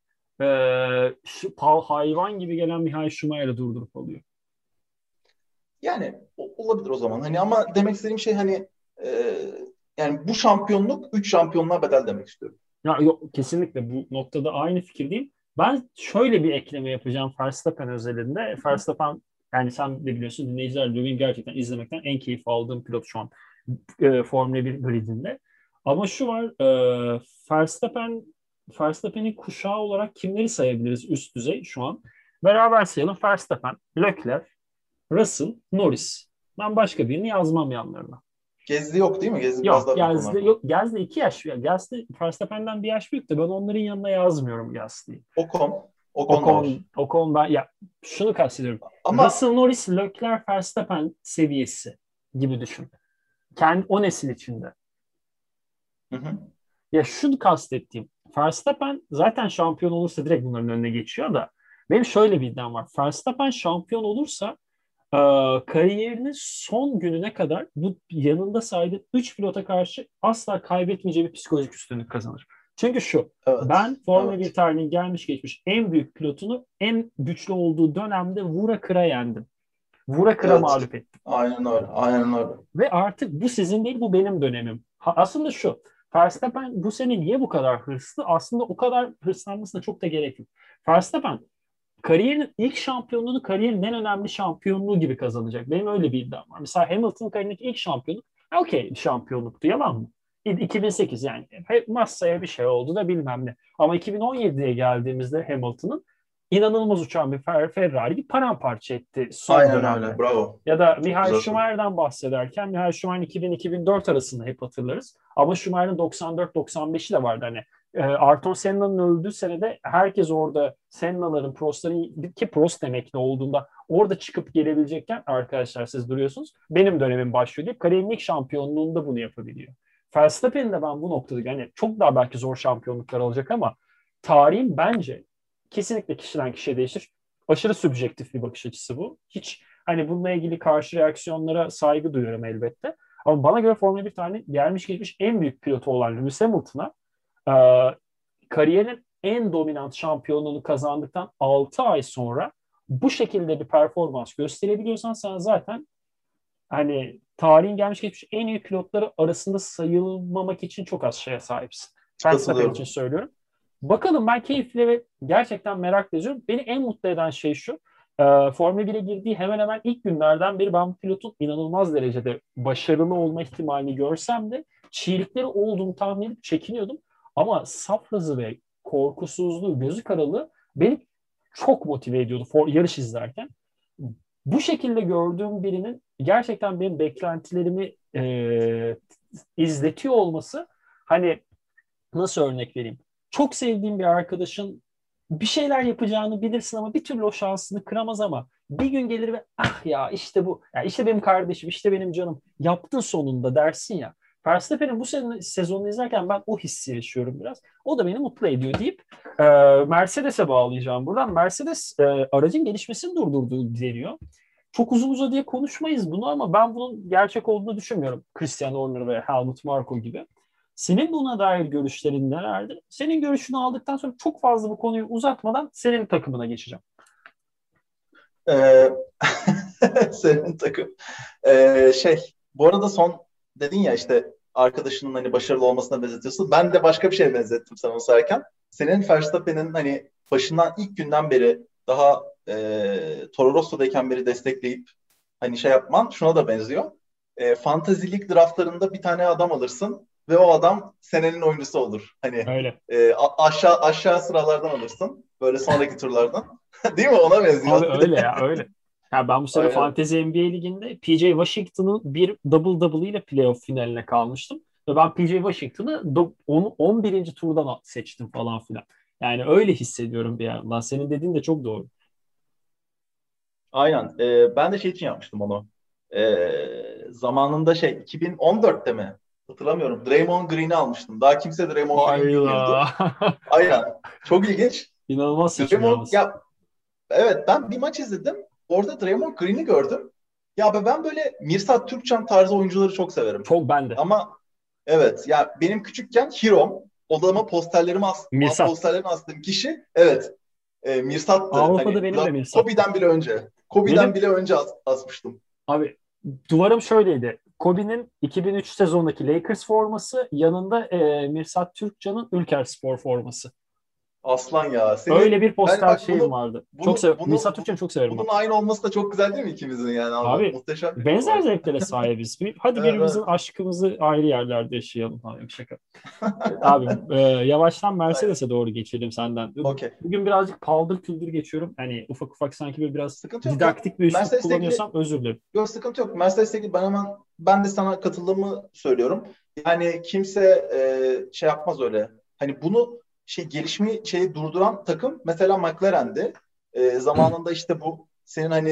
S1: Hayvan gibi gelen Michael Schumacher'ı durdurup alıyor.
S2: yani olabilir o zaman. Hani ama demek istediğim şey hani e, yani bu şampiyonluk 3 şampiyonluğa bedel demek istiyorum.
S1: Ya yok, kesinlikle bu noktada aynı fikirdeyim. Ben şöyle bir ekleme yapacağım Verstappen özelinde. Verstappen, yani sen de biliyorsun, dinleyiciler de benim gerçekten izlemekten en keyif aldığım pilot şu an Formula 1 gridinde. Ama şu var, Verstappen, Verstappen'in kuşağı olarak kimleri sayabiliriz üst düzey şu an? Beraber sayalım: Verstappen, Leclerc, Russell, Norris. Ben başka birini yazmam yanlarına.
S2: Gezdi yok değil mi? Gezdi biraz
S1: Yok
S2: daha büyük
S1: Gasly,
S2: onlardan.
S1: yok Gasly 2 yaş. Gasly Verstappen'den bir yaş büyük de ben onların yanına yazmıyorum Gasly'yi.
S2: Ocon da var.
S1: Ocon ben ya şunu kastediyorum.
S2: Ama
S1: Russell Norris, Leclerc, Verstappen seviyesi gibi düşün. Kendi o nesil içinde.
S2: hı hı,
S1: Ya şunu kastettiğim. Verstappen zaten şampiyon olursa direkt bunların önüne geçiyor da benim şöyle bir iddiam var. Verstappen şampiyon olursa e, kariyerinin son gününe kadar bu yanında saydığı 3 pilota karşı asla kaybetmeyeceği bir psikolojik üstünlük kazanır. Çünkü şu,
S2: evet.
S1: ben Formula 1
S2: Evet.
S1: tarihinin gelmiş geçmiş en büyük pilotunu en güçlü olduğu dönemde vura kıra yendim. Vura kıra
S2: Evet.
S1: mağlup ettim.
S2: Aynen öyle. Aynen öyle.
S1: Ve artık bu sizin değil, bu benim dönemim. Aslında şu, Verstappen bu sene niye bu kadar hırslı? Aslında o kadar hırslanmasına çok da gerek yok. Verstappen kariyerinin ilk şampiyonluğunu kariyerinin en önemli şampiyonluğu gibi kazanacak. Benim öyle bir iddiam var. Mesela Hamilton'ın kariyerindeki ilk şampiyonluk okey şampiyonluktu, yalan mı? 2008 yani. Hep masaya bir şey oldu da bilmem ne. Ama 2017'ye geldiğimizde Hamilton'ın inanılmaz uçan bir Ferrari'yi paramparça etti son
S2: Aynen öyle.
S1: dönemde.
S2: Bravo.
S1: Ya da
S2: Çok
S1: Michael
S2: güzel söyledin.
S1: Schumacher'dan bahsederken Michael Schumacher'in 2000-2004 arasını hep hatırlarız. Ama Schumacher'in 94-95'i de vardı. Hani Ayrton Senna'nın öldüğü senede herkes orada Senna'ların, Prost'ların, ki Prost emekli olduğunda orada çıkıp gelebilecekken arkadaşlar siz duruyorsunuz. Benim dönemim başlıyor deyip kariyerin ilk şampiyonluğunda bunu yapabiliyor. Verstappen'in de ben bu noktada yani çok daha belki zor şampiyonluklar olacak ama tarihin bence kesinlikle kişiden kişiye değişir. Aşırı subjektif bir bakış açısı bu. Hiç hani bununla ilgili karşı reaksiyonlara saygı duyuyorum elbette. Ama bana göre Formula 1 tane gelmiş geçmiş en büyük pilotu olan Lewis Hamilton'a e, kariyerin en dominant şampiyonluğunu kazandıktan 6 ay sonra bu şekilde bir performans gösterebiliyorsan sen zaten hani tarihin gelmiş geçmiş en iyi pilotları arasında sayılmamak için çok az şeye sahipsin. Verstappen için
S2: Katılıyorum.
S1: söylüyorum. Bakalım, ben keyifli ve gerçekten merakla izliyorum. Beni en mutlu eden şey şu. Formula 1'e girdiği hemen hemen ilk günlerden beri ben bu pilotun inanılmaz derecede başarılı olma ihtimalini görsem de çiğlikleri olduğunu tahmin edip çekiniyordum. Ama saf hızı ve korkusuzluğu, gözü karalığı beni çok motive ediyordu yarış izlerken. Bu şekilde gördüğüm birinin gerçekten benim beklentilerimi izletiyor olması, hani nasıl örnek vereyim? Çok sevdiğim bir arkadaşın bir şeyler yapacağını bilirsin ama bir türlü o şansını kıramaz ama bir gün gelir ve ah ya işte bu, ya işte benim kardeşim, işte benim canım, yaptın sonunda dersin ya. Verstappen'in bu sene sezonunu izlerken ben o hissi yaşıyorum biraz. O da beni mutlu ediyor deyip e, Mercedes'e bağlayacağım buradan. Mercedes aracın gelişmesini durdurduğu deniyor. Çok uzun uzadıya konuşmayız bunu ama ben bunun gerçek olduğunu düşünmüyorum. Christian Horner ve Helmut Marko gibi. Senin buna dair görüşlerin nelerdir? Senin görüşünü aldıktan sonra çok fazla bu konuyu uzatmadan senin takımına geçeceğim.
S2: Ee, senin takım. Bu arada son dedin ya işte arkadaşının hani başarılı olmasına benzetiyorsun. Ben de başka bir şeye benzettim sana sayarken. Senin Verstappen'in hani başından ilk günden beri daha Toro Rosso'dayken beri destekleyip hani şey yapman şuna da benziyor. Fantasy League draftlarında bir tane adam alırsın ve o adam senenin oyuncusu olur. Hani
S1: Öyle.
S2: aşağı sıralardan alırsın. Böyle sonraki turlardan. Değil mi? Ona
S1: Abi
S2: benziyor.
S1: öyle ya öyle. Ya ben bu sene
S2: Aynen.
S1: Fantasy NBA Ligi'nde PJ Washington'ın bir double ile playoff finaline kalmıştım. Ve ben PJ Washington'ı 11. turdan seçtim falan filan. Yani öyle hissediyorum bir yandan. Senin dediğin de çok doğru.
S2: Aynen. Ben de şey için yapmıştım onu. Zamanında 2014'te mi? Hatırlamıyorum. Draymond Green'i almıştım. Daha kimse Draymond Green bilmiyordu.
S1: Hayda.
S2: Aynen. Çok ilginç.
S1: İnanılmaz seçim
S2: Draymond
S1: yalnız.
S2: ya evet, ben bir maç izledim. Orada Draymond Green'i gördüm. Ya ben böyle Mirsad Türkçan tarzı oyuncuları çok severim.
S1: Çok bende.
S2: Ama evet ya, benim küçükken hero'm, odama
S1: Mirsat.
S2: posterlerimi astığım kişi, evet, Mirsat'tı.
S1: Avrupa'da
S2: Hani
S1: benim de Mirsat.
S2: Kobe'den bile önce. Kobe'den
S1: Benim
S2: bile önce asmıştım.
S1: abi duvarım şöyleydi. Kobe'nin 2003 sezondaki Lakers forması yanında Mirsat Türkcan'ın Ülkerspor forması.
S2: Aslan ya.
S1: Öyle
S2: Seni
S1: bir
S2: yani
S1: poster
S2: bak,
S1: şeyim vardı. Çok Mirsat Türkcan'ı çok severim ben.
S2: bunun aynı olması da çok güzel değil mi ikimizin yani abi?
S1: Abi
S2: Muhteşem bir şey
S1: benzer
S2: var.
S1: zevklere sahibiz. Hadi
S2: Evet,
S1: birimizin
S2: evet.
S1: aşkımızı ayrı yerlerde yaşayalım. Abi, şaka. Abi yavaştan
S2: Aynen.
S1: Mercedes'e doğru geçelim senden.
S2: Okey.
S1: Bugün birazcık paldır küldür geçiyorum. Hani ufak ufak sanki böyle biraz
S2: Sıkıntı yok ya.
S1: didaktik bir üslup
S2: Mercedes'le ilgili
S1: kullanıyorsam özür dilerim.
S2: Yok, sıkıntı yok. Mercedes'le ilgili ben de sana katıldığımı söylüyorum. Yani kimse şey yapmaz öyle. Hani bunu gelişmeyi durduran takım mesela McLaren'di. Zamanında işte bu senin hani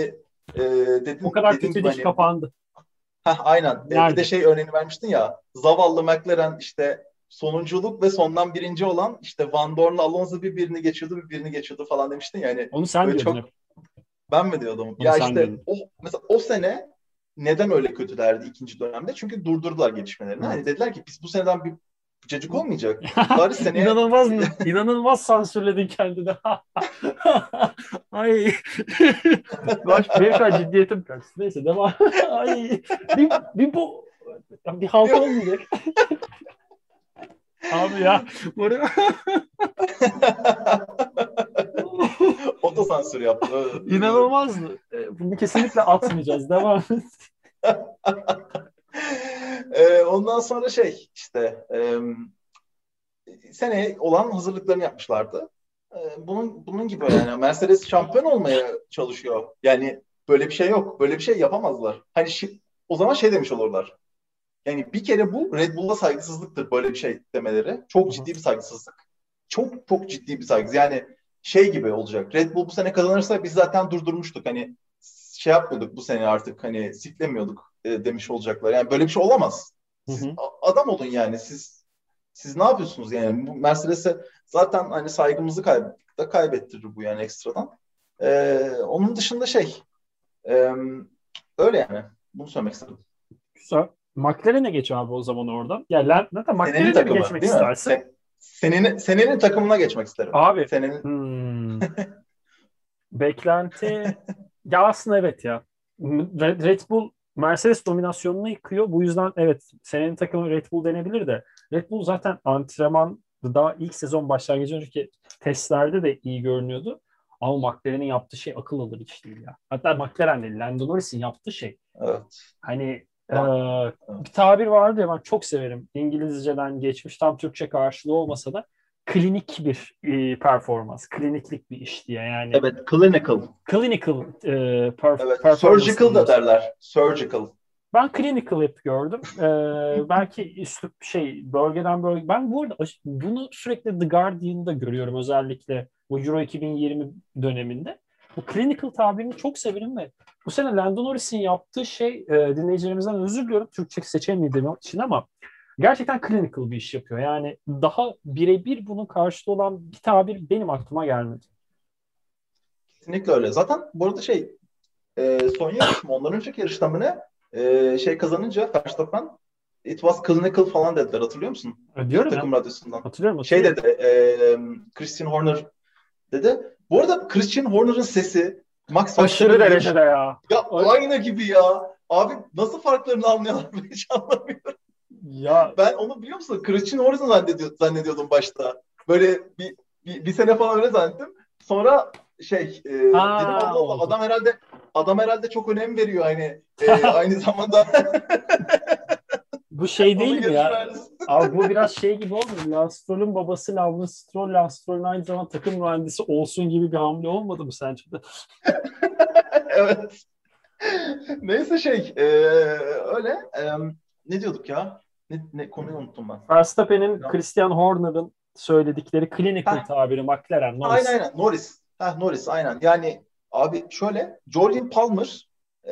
S1: O kadar
S2: dediğin gibi
S1: kötüydü ki
S2: hani
S1: kapandı.
S2: aynen. Bir de
S1: Nerede?
S2: örneğini vermiştin ya. Zavallı McLaren işte sonunculuk ve sondan birinci olan işte Van Dorn'la Alonso birbirini geçiyordu, birbirini geçiyordu falan demiştin ya. Yani
S1: Onu sen
S2: böyle
S1: diyordun
S2: çok,
S1: hep.
S2: ben mi diyordum?
S1: Onu
S2: Ya
S1: sen
S2: işte
S1: diyordun.
S2: mesela o sene neden öyle kötülerdi ikinci dönemde? Çünkü durdurdular gelişmelerini. Hani
S1: Evet.
S2: dediler ki biz bu seneden bir cacık olmayacak. Bari seneye
S1: İnanılmaz mı? İnanılmaz sansürledin kendini. Ay. Benim şu an ciddiyetim kaçtı. Neyse devam. Ay. Bir halt olmayacak. Abi ya. Buraya...
S2: otosansür yaptı. Evet.
S1: İnanılmazdı. Bunu kesinlikle atmayacağız. Devam.
S2: Ondan sonra işte seneye olan hazırlıklarını yapmışlardı. Bunun gibi yani Mercedes şampiyon olmaya çalışıyor. Yani böyle bir şey yok. Böyle bir şey yapamazlar. Hani o zaman demiş olurlar. Yani bir kere bu Red Bull'a saygısızlıktır, böyle bir şey demeleri. Çok ciddi bir saygısızlık. Çok çok ciddi bir saygısızlık. Yani gibi olacak. Red Bull bu sene kazanırsa biz zaten durdurmuştuk. Hani yapmıyorduk bu sene, artık hani siklemiyorduk demiş olacaklar. Yani böyle bir şey olamaz.
S1: Hı
S2: Siz
S1: hı.
S2: adam olun yani. Siz ne yapıyorsunuz yani? Bu Mercedes'e zaten hani saygımızı kaybettirir bu yani, ekstradan. Onun dışında e, öyle yani. Bunu söylemek istedim.
S1: Güzel. McLaren'e geç abi o zaman oradan. Ya zaten
S2: Senenin
S1: McLaren'e mi
S2: takımı
S1: geçmek
S2: değil mi?
S1: istersin?
S2: Senenin takımına geçmek isterim.
S1: Abi
S2: Senenin
S1: beklenti ya aslında evet ya. Red Bull Mercedes dominasyonunu yıkıyor. Bu yüzden evet senenin takımı Red Bull denebilir de Red Bull zaten antrenman daha ilk sezon başlangıcı önceki testlerde de iyi görünüyordu. Ama McLaren'in yaptığı şey akıl alır iş değil ya. Hatta McLaren değil, Lando Norris'in yaptığı şey.
S2: evet.
S1: Hani
S2: Lan,
S1: bir
S2: evet.
S1: tabir vardı ya ben çok severim. İngilizceden geçmiş tam Türkçe karşılığı olmasa da klinik bir performans, kliniklik bir iş diye yani
S2: Evet, clinical.
S1: clinical
S2: Evet,
S1: performance
S2: surgical da
S1: diyoruz.
S2: derler. Surgical.
S1: Ben clinical hep gördüm. Belki üslup bölgeden bölge. Ben bu arada bunu sürekli The Guardian'da görüyorum özellikle bu Euro 2020 döneminde. Bu clinical tabirini çok severim ve bu sene Lando Norris'in yaptığı dinleyicilerimizden özür diliyorum Türkçe seçemediğim için ama gerçekten clinical bir iş yapıyor. Yani daha birebir bunun karşılığı olan bir tabir benim aklıma gelmedi.
S2: Kesinlikle öyle. Zaten bu arada son yarış mı? Ondan önceki yarışta mı ne? Kazanınca Verstappen it was clinical falan dediler. Hatırlıyor musun? Türk
S1: Diyorum ya.
S2: takım radyosundan.
S1: Hatırlıyorum.
S2: Dedi, Christian Horner dedi. Bu arada Christian Horner'ın sesi Max
S1: Aşırı
S2: Verstappen'in
S1: derecede
S2: yarış
S1: ya.
S2: ya aynı gibi ya. Abi nasıl farklarını anlıyorlar, ben hiç anlamıyorum.
S1: Ya
S2: Ben onu, biliyor musun? Christian Horner zannediyordum başta. Böyle bir sene falan öyle zannettim. Sonra Dedim Allah Allah,
S1: Oldu.
S2: adam herhalde çok önem veriyor hani, aynı zamanda
S1: Bu şey değil
S2: onun
S1: mi
S2: yarış
S1: ya?
S2: mühendisi.
S1: Abi bu biraz şey gibi olmuyor mu? Lance Stroll'ün babası Lawrence Stroll, Lance Stroll'ün aynı zamanda takım mühendisi olsun gibi bir hamle olmadı mı sence de?
S2: Evet. Neyse öyle. Ne diyorduk ya? Konuyu unuttum ben.
S1: Verstappen'in
S2: Ya.
S1: Christian Horner'ın söyledikleri clinical
S2: Heh,
S1: tabiri McLaren,
S2: aynen
S1: Norris.
S2: aynen. Norris. Norris aynen. Yani abi şöyle, Julian Palmer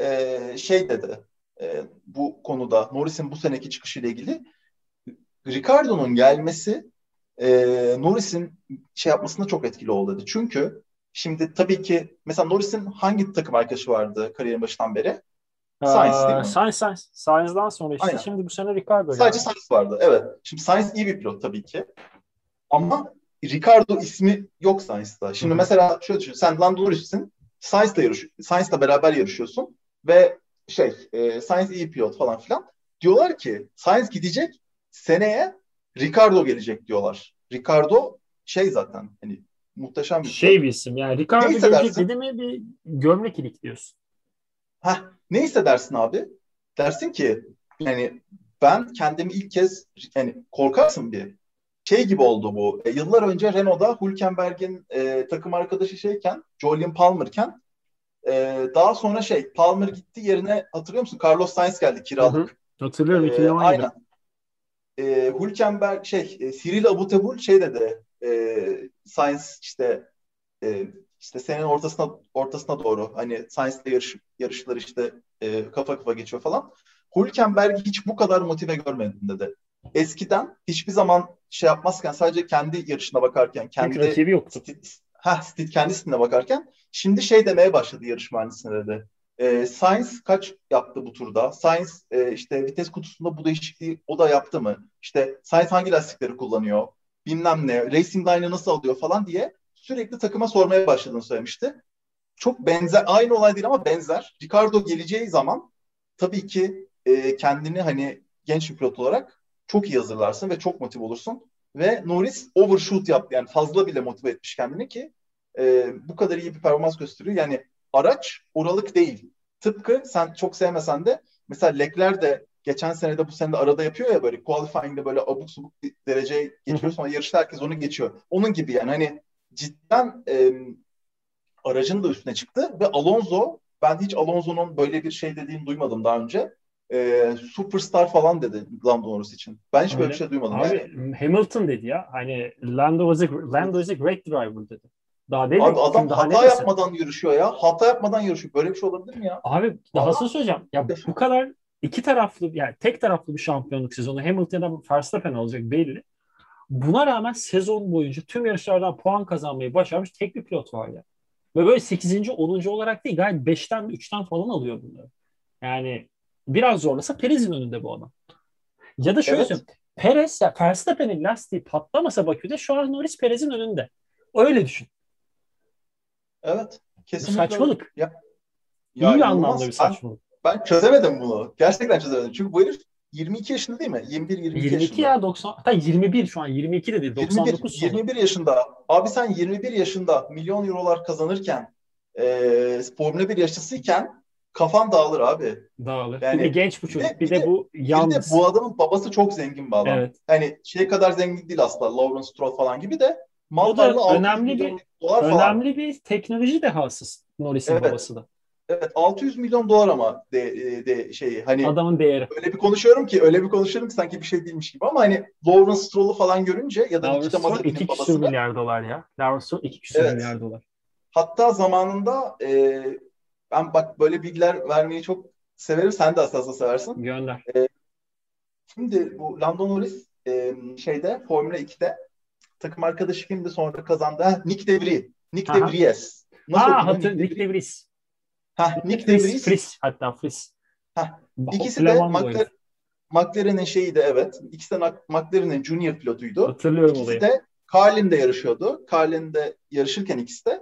S2: dedi bu konuda Norris'in bu seneki çıkışıyla ilgili, Ricardo'nun gelmesi Norris'in yapmasında çok etkili oldu dedi. Çünkü şimdi tabii ki mesela Norris'in hangi takım arkadaşı vardı kariyerin başından beri? Sainz değil mi?
S1: Sainz'dan sonra işte
S2: Aynen.
S1: şimdi bu sene Ricardo
S2: Sadece
S1: geldi.
S2: Sainz vardı. Evet. Şimdi Sainz iyi bir pilot tabii ki. Ama Ricardo ismi yok Sainz'da.
S1: Hı
S2: Şimdi
S1: hı.
S2: mesela şöyle düşün. Sen Lando Norris'sin. Sainz'la beraber yarışıyorsun. Ve Sainz iyi pilot falan filan. Diyorlar ki Sainz gidecek. Seneye Ricardo gelecek diyorlar. Ricardo zaten hani muhteşem bir
S1: Şey
S2: pilot.
S1: bir isim yani
S2: Ne
S1: Ricardo gelecek
S2: hissedersin?
S1: dedi mi bir gömlek ilikliyorsun.
S2: Ne hissedersin abi? Dersin ki yani ben kendimi ilk kez, yani korkarsın bir. Gibi oldu bu. Yıllar önce Renault'da Hülkenberg'in takım arkadaşı Jolyon Palmer'ken, daha sonra Palmer gitti, yerine hatırlıyor musun? Carlos Sainz geldi
S1: Hı hı.
S2: kiralık.
S1: Hatırlıyorum 2017.
S2: Aynen. Hülkenberg Cyril Abiteboul dedi. Sainz e, senenin ortasına doğru hani Sainz'le yarışlar kafa kafa geçiyor falan. Hülkenberg'i hiç bu kadar motive görmedim dedi. Eskiden hiçbir zaman yapmazken, sadece kendi yarışına bakarken,
S1: Çünkü rakibi yoktu.
S2: kendi stiline bakarken, şimdi demeye başladı yarış mühendisine dedi. Sainz kaç yaptı bu turda? Sainz vites kutusunda bu değişikliği o da yaptı mı? İşte Sainz hangi lastikleri kullanıyor? Bilmem ne. Racing Line'ı nasıl alıyor falan diye sürekli takıma sormaya başladığını söylemişti. Çok benzer, aynı olay değil ama benzer. Ricardo geleceği zaman tabii ki kendini hani genç bir pilot olarak çok iyi hazırlarsın ve çok motive olursun. Ve Norris overshoot yaptı, yani fazla bile motive etmiş kendini ki bu kadar iyi bir performans gösteriyor. Yani araç oralık değil. Tıpkı sen çok sevmesen de mesela Leclerc de geçen sene de bu sene de arada yapıyor ya, böyle qualifying'de böyle abuk subuk bir derece
S1: Hı
S2: getiriyor,
S1: hı.
S2: sonra yarışta herkes onu geçiyor. Onun gibi yani, hani cidden aracın da üstüne çıktı ve Alonso, ben hiç Alonso'nun böyle bir dediğini duymadım daha önce. Superstar falan dedi Lando Norris için. Ben hiç böyle bir
S1: Öyle.
S2: şey duymadım
S1: Abi
S2: yani.
S1: Hamilton dedi ya. Hani Lando is a great driver dedi. Daha
S2: Abi
S1: dedi.
S2: adam
S1: Kim daha ne
S2: hata
S1: desin?
S2: yapmadan yarışıyor ya. Hata yapmadan yarışıyor. Böyle bir şey olabilir mi ya?
S1: Abi dahasını
S2: Adam
S1: söyleyeceğim. Ya bu kadar iki taraflı yani tek taraflı bir şampiyonluk sezonu Hamilton ya da Verstappen olacak belli. Buna rağmen sezon boyunca tüm yarışlardan puan kazanmayı başarmış tek bir pilot var ya. Ve böyle sekizinci, onuncu olarak değil gayet beşten üçten falan alıyor bunları. Yani biraz zorlasa Perez'in önünde bu adam. Ya da şöyle
S2: evet,
S1: söyleyeyim. Perez ya Verstappen'in lastiği patlamasa Bakü'de şu an Norris Perez'in önünde. Öyle düşün.
S2: evet,
S1: Bu
S2: kesinlikle öyle.
S1: saçmalık.
S2: Ya
S1: İyi bir anlamda bir
S2: inanılmaz.
S1: saçmalık.
S2: Ben çözemedim bunu. Gerçekten çözemedim. Çünkü bu herif 22 yaşında değil mi? 21-22
S1: 22
S2: yaşında.
S1: ya 90 hatta 21 şu an 22 de değil
S2: 21,
S1: 99 sonu.
S2: 21 yaşında. Abi sen 21 yaşında milyon eurolar kazanırken, Formula 1 yarışçısıyken kafan dağılır abi.
S1: Dağılır. Bir de
S2: Yani
S1: genç bu
S2: bir de
S1: çocuk. Bir
S2: bir
S1: de
S2: de
S1: bu
S2: bir de bu
S1: yalnız.
S2: adamın babası çok zengin bir adam.
S1: Evet.
S2: Hani kadar zengin değil asla. Lawrence Stroll falan gibi de,
S1: O
S2: mal
S1: da
S2: varlığı 600 milyon dolar falan.
S1: önemli bir teknoloji dehası Norris'in
S2: Evet.
S1: babası da.
S2: Evet, 600 milyon dolar ama hani
S1: Adamın değeri.
S2: öyle bir konuşuyorum ki sanki bir şey değilmiş gibi, ama hani Lawrence Stroll'u falan görünce ya da
S1: Lawrence
S2: Nikita
S1: Stroll
S2: Mazepin'in
S1: 2 küsür
S2: babasını,
S1: milyar dolar ya. Lawrence Stroll 2 küsür
S2: evet.
S1: milyar dolar.
S2: Hatta zamanında ben bak böyle bilgiler vermeyi çok severim. Sen de aslında seversin.
S1: Gönder.
S2: E, Şimdi bu Lando Norris Formula 2'de takım arkadaşı kimdi sonra kazandı? Nick De Vries. Nick De
S1: Aha.
S2: Vries. Nasıl
S1: Ha
S2: okunuyor Nick De
S1: Nick
S2: Vries?
S1: de Vries.
S2: Nick De
S1: Fris.
S2: Vries.
S1: Fris. Hatta Fris.
S2: İkisi de
S1: Flamandı o herif.
S2: McLaren'in evet. İkisi de McLaren'in junior pilotuydu.
S1: Hatırlıyorum
S2: İkisi
S1: olayı.
S2: de Carlin'de yarışıyordu. Carlin'de yarışırken ikisi de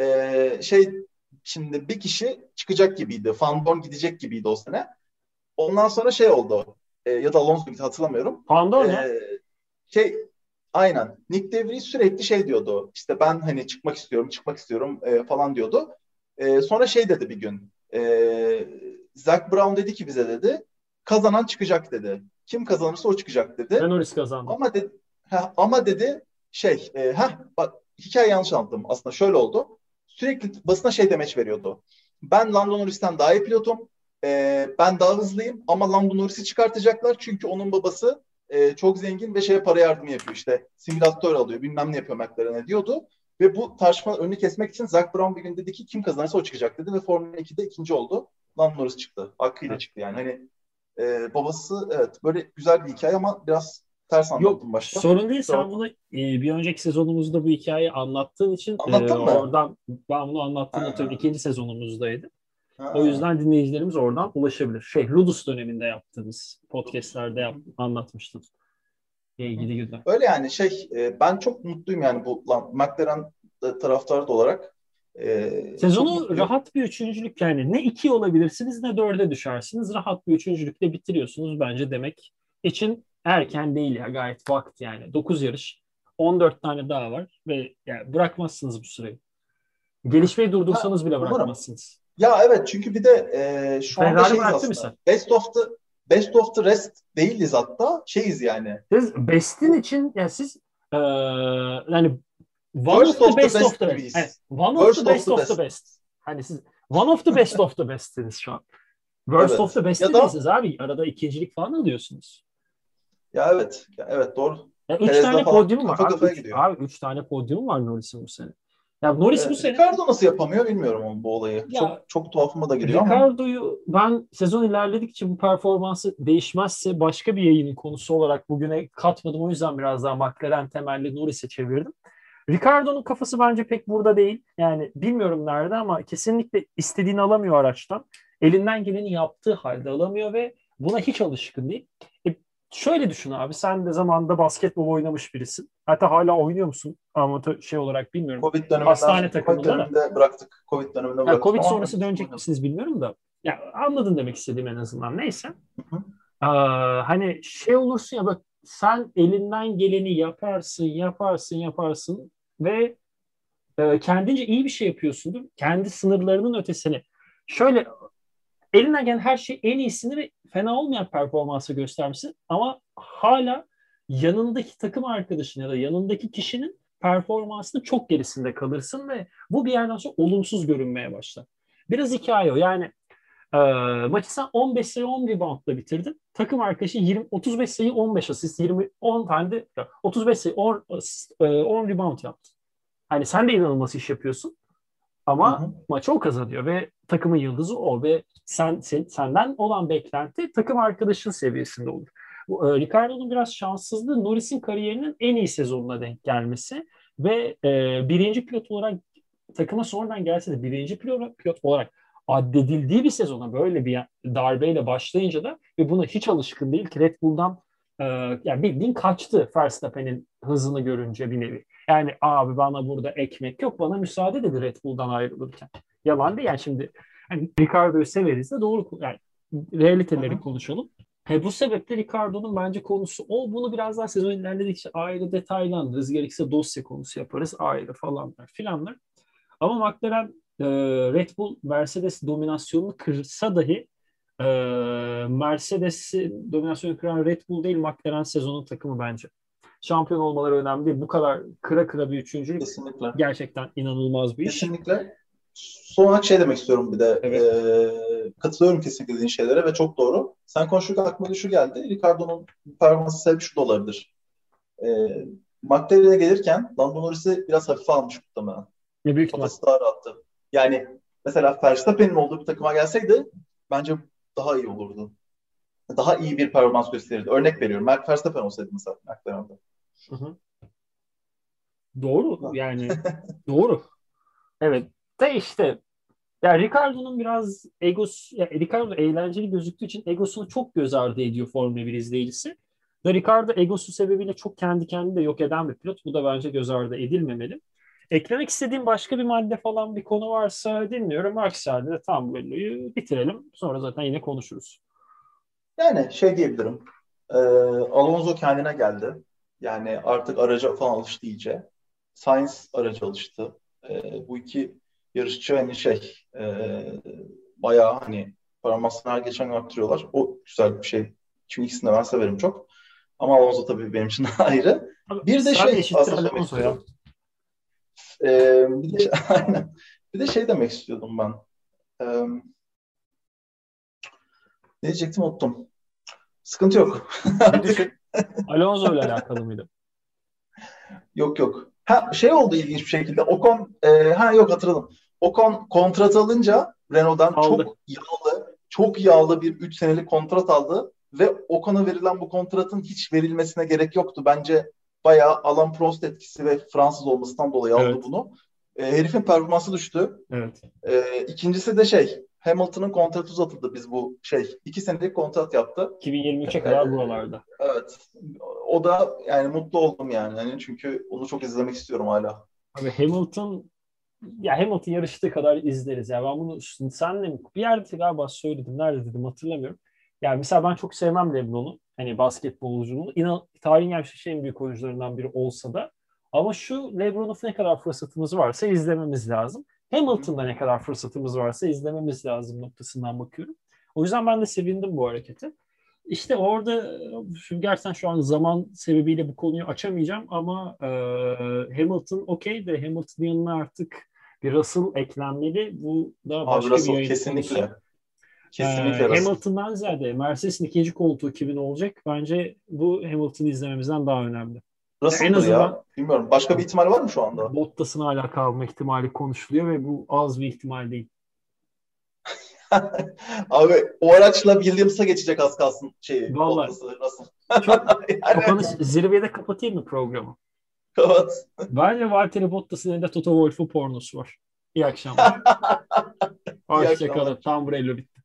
S2: şimdi bir kişi çıkacak gibiydi. Van Dorn gidecek gibiydi o sene. Ondan sonra oldu. Ya da Alonso gitti, hatırlamıyorum.
S1: Pandor mu?
S2: E, şey Aynen. Nick DeVries sürekli şey diyordu. İşte ben hani çıkmak istiyorum falan diyordu. Sonra şey dedi bir gün. Zach Brown dedi ki bize dedi. Kazanan çıkacak dedi. Kim kazanırsa o çıkacak
S1: Ben
S2: dedi.
S1: Norris kazandı.
S2: Ama dedi bak hikaye yanlış anlattım. Aslında şöyle oldu. Sürekli basına şey demeç veriyordu. Ben Lando Norris'ten daha iyi pilotum. Ben daha hızlıyım ama Lando Norris'i çıkartacaklar çünkü onun babası çok zengin ve para yardımı yapıyor işte. Simülatör alıyor bilmem ne yapıyor McLaren'e diyordu. Ve bu tartışmanın önünü kesmek için Zach Brown bir gün dedi ki kim kazanırsa o çıkacak dedi ve Formula 2'de ikinci oldu. Lando Norris çıktı. Hakkıyla
S1: Evet.
S2: çıktı yani. Hani babası evet böyle güzel bir hikaye ama biraz ters
S1: Yok,
S2: anlattım başta.
S1: sorun değil.
S2: Kusura
S1: Sen
S2: bakma.
S1: bunu bir önceki sezonumuzda bu hikayeyi anlattığın için
S2: Anlattın mı?
S1: oradan ben bunu anlattığımda hatırlıyorum.
S2: Ha,
S1: İkinci sezonumuzdaydı. O
S2: ha.
S1: yüzden dinleyicilerimiz oradan ulaşabilir. Ludus döneminde yaptığımız podcastlerde anlatmıştım. İlgili güzel.
S2: Öyle yani ben çok mutluyum yani bu McLaren taraftarı da olarak çok
S1: Sezonu
S2: mutluyum.
S1: rahat bir üçüncülük, yani ne iki olabilirsiniz ne dörde düşersiniz. Rahat bir üçüncülükle bitiriyorsunuz bence demek için erken değil ya, gayet vakti yani. 9 yarış, 14 tane daha var ve yani bırakmazsınız bu süreyi. Gelişmeyi
S2: Ha,
S1: durdursanız bile
S2: umarım.
S1: bırakmazsınız.
S2: Ya evet çünkü bir de şu anda
S1: Ferrari
S2: şeyiz
S1: bıraktı
S2: aslında.
S1: misal.
S2: Best of the rest değiliz hatta. Şeyiz yani.
S1: Siz best'in için yani siz eee, yani one
S2: Worst
S1: of the
S2: of the
S1: best of
S2: best
S1: the best. Yani
S2: gibiyiz.
S1: one of the
S2: Worst of
S1: best
S2: the
S1: of the
S2: best.
S1: best. Hani siz one of the best of the best'siniz şu an. Worst of
S2: Evet.
S1: the
S2: Ya
S1: best'te
S2: da
S1: değilsiniz abi. Arada ikincilik falan alıyorsunuz.
S2: ya evet. Ya evet doğru.
S1: Üç
S2: Perez'le
S1: tane
S2: falan
S1: podyum var.
S2: kafa kafaya gidiyor.
S1: Abi üç tane podyum var Norris'in bu sene. Ya Norris bu sene
S2: Ricardo nasıl yapamıyor bilmiyorum onun bu olayı.
S1: ya
S2: Çok çok tuhafıma da gidiyor ama.
S1: Ricardo'yu ben sezon ilerledikçe bu performansı değişmezse başka bir yayının konusu olarak bugüne katmadım. O yüzden biraz daha McLaren temelli Norris'e çevirdim. Ricardo'nun kafası bence pek burada değil. Yani bilmiyorum nerede ama kesinlikle istediğini alamıyor araçtan. Elinden geleni yaptığı halde alamıyor ve buna hiç alışkın değil. E, Şöyle düşün abi, sen de zamanında basketbol oynamış birisin. Hatta hala oynuyor musun? Amatör şey olarak bilmiyorum. Hastane
S2: Covid
S1: takımında da.
S2: döneminde bıraktık. Covid döneminde
S1: Yani
S2: bıraktık
S1: Covid
S2: ama
S1: sonrası
S2: öncesinde
S1: dönecek
S2: oynadım.
S1: misiniz bilmiyorum da. Ya anladın demek istediğim en azından. Neyse.
S2: Hı hı.
S1: Hani şey olursun ya, bak sen elinden geleni yaparsın ve kendince iyi bir şey yapıyorsundur. Kendi sınırlarının ötesini. Şöyle elinden gelen her şey en iyisini ve fena olmayan performansı göstermişsin ama hala yanındaki takım arkadaşın ya da yanındaki kişinin performansının çok gerisinde kalırsın ve bu bir yerden sonra olumsuz görünmeye başlar. Biraz hikaye o. Yani e, maçı sen 15 sayı 10 reboundla bitirdin. Takım arkadaşı 35 sayı 15 asist 10 tane de 35 sayı 10 rebound yaptı. Hani sen de inanılmaz iş yapıyorsun.
S2: Hı
S1: Ama
S2: hı.
S1: maçı o kazanıyor ve takımın yıldızı o ve senden olan beklenti takım arkadaşın seviyesinde olur. Ricardo'nun biraz şanssızlığı Norris'in kariyerinin en iyi sezonuna denk gelmesi ve birinci pilot olarak takıma sonradan gelse de birinci pilot olarak addedildiği bir sezona böyle bir darbeyle başlayınca da ve buna hiç alışkın değil ki Red Bull'dan e, yani bildiğin kaçtı Verstappen'in hızını görünce bir nevi. Yani abi bana burada ekmek yok, bana müsaade dedi Red Bull'dan ayrılırken. Yalan değil yani, şimdi hani Ricardo'yu severiz de doğru yani
S2: Hı
S1: realiteleri
S2: hı.
S1: konuşalım. Bu sebeple Ricardo'nun bence konusu o. Bunu biraz daha sezon ilerledikçe ayrı detaylandırırız. Gerekirse dosya konusu yaparız ayrı falanlar filanlar. Ama McLaren Red Bull Mercedes dominasyonunu kırsa dahi e, Mercedes'i dominasyonu kıran Red Bull değil McLaren sezonun takımı bence. Şampiyon olmaları önemli değil. Bu kadar kıra kıra bir üçüncülük
S2: Kesinlikle.
S1: gerçekten inanılmaz bir iş.
S2: Kesinlikle. Son olarak şey demek istiyorum bir de.
S1: Evet.
S2: Katılıyorum kesinlikle dediğin şeylere ve çok doğru. Sen konuşurken aklıma şu geldi. Ricardo'nun performansı sebebi şu da olabilir. E, McLaren'e gelirken Lando Norris'i biraz hafife almış muhtemelen.
S1: Büyük ihtimal.
S2: Kafası daha rahattı. Yani mesela Verstappen'in olduğu bir takıma gelseydi bence daha iyi olurdu. Daha iyi bir performans gösterirdi. Örnek veriyorum. Max Verstappen olsaydı mesela McLaren'de.
S1: Hı hı. Doğru yani, doğru. Evet. De işte ya Ricardo'nun biraz egosu, ya Ricardo eğlenceli gözüktüğü için egosunu çok göz ardı ediyor Formula 1 izleyicisi. Ve Ricardo egosu sebebiyle çok kendi kendini de yok eden bir pilot. Bu da bence göz ardı edilmemeli. Eklemek istediğim başka bir madde falan bir konu varsa dinliyorum. Aksi halde de tam bölümü bitirelim. Sonra zaten yine konuşuruz.
S2: Yani şey diyebilirim. Alonso kendine geldi. Yani artık araca falan alıştı iyice. Sainz araca alıştı. Bu iki yarışçı hani bayağı hani performansını her geçen gün arttırıyorlar. O güzel bir şey. Çünkü ikisini de ben severim çok. Ama Alonso tabii benim için ayrı.
S1: Abi,
S2: Bir de
S1: sen eşittir
S2: aslında söylemek
S1: Alonso ya.
S2: istiyorum. Bir de aynen. Bir de demek istiyordum ben. Ee, Ne diyecektim unuttum. Sıkıntı yok.
S1: Bir düşün. Alonso ile alakalı mıydı?
S2: Yok yok. Ha oldu ilginç bir şekilde. Yok hatırladım. Ocon kontrat alınca Renault'dan
S1: Aldı.
S2: çok yağlı bir 3 senelik kontrat aldı ve Ocon'a verilen bu kontratın hiç verilmesine gerek yoktu. Bence bayağı Alain Prost etkisi ve Fransız olmasından dolayı aldı
S1: Evet.
S2: bunu. Herifin performansı düştü.
S1: Evet.
S2: İkincisi de Hamilton'ın kontratı uzatıldı. Biz 2 senelik kontrat yaptı.
S1: 2023'e kadar buralarda.
S2: Evet. O da yani mutlu oldum yani. Hani çünkü onu çok izlemek istiyorum hala.
S1: Abi Hamilton yarıştığı kadar izleriz. Ya ben bunu senle bir yerde galiba söyledim. Nerede dedim hatırlamıyorum. Yani mesela ben çok sevmem LeBron'u. Hani basketbolculuğunu. Tarihin gelmiş en büyük oyuncularından biri olsa da. Ama şu LeBron'un ne kadar fırsatımız varsa izlememiz lazım. Hamilton'da ne kadar fırsatımız varsa izlememiz lazım noktasından bakıyorum. O yüzden ben de sevindim bu harekete. İşte orada şimdi gerçekten şu an zaman sebebiyle bu konuyu açamayacağım ama Hamilton okey de Hamilton'ın yanına artık bir Russell eklenmeli. Bu da
S2: Abi
S1: başka bir
S2: Russell
S1: yayın konusu.
S2: kesinlikle. Kesinlikle Russell.
S1: Hamilton'dan ziyade Mercedes'in ikinci koltuğu kimin olacak? Bence bu Hamilton'ı izlememizden daha önemli. En
S2: Russell'dır
S1: azından
S2: ya. Bilmiyorum. Başka bir ihtimal var mı şu anda?
S1: Bottas'ın hala kalma ihtimali konuşuluyor ve bu az bir ihtimal değil.
S2: Abi o araçla Williams'a geçecek az kalsın
S1: Vallahi
S2: Bottas'ı Russell.
S1: çok
S2: Yani
S1: kapanış zirvede kapatayım mı programı?
S2: evet.
S1: Bence Valtteri Bottas'ın elinde Toto Wolff'u pornosu var. İyi akşamlar.
S2: İyi
S1: Hoşçakalın.
S2: akşamlar.
S1: Tam burayla bitti.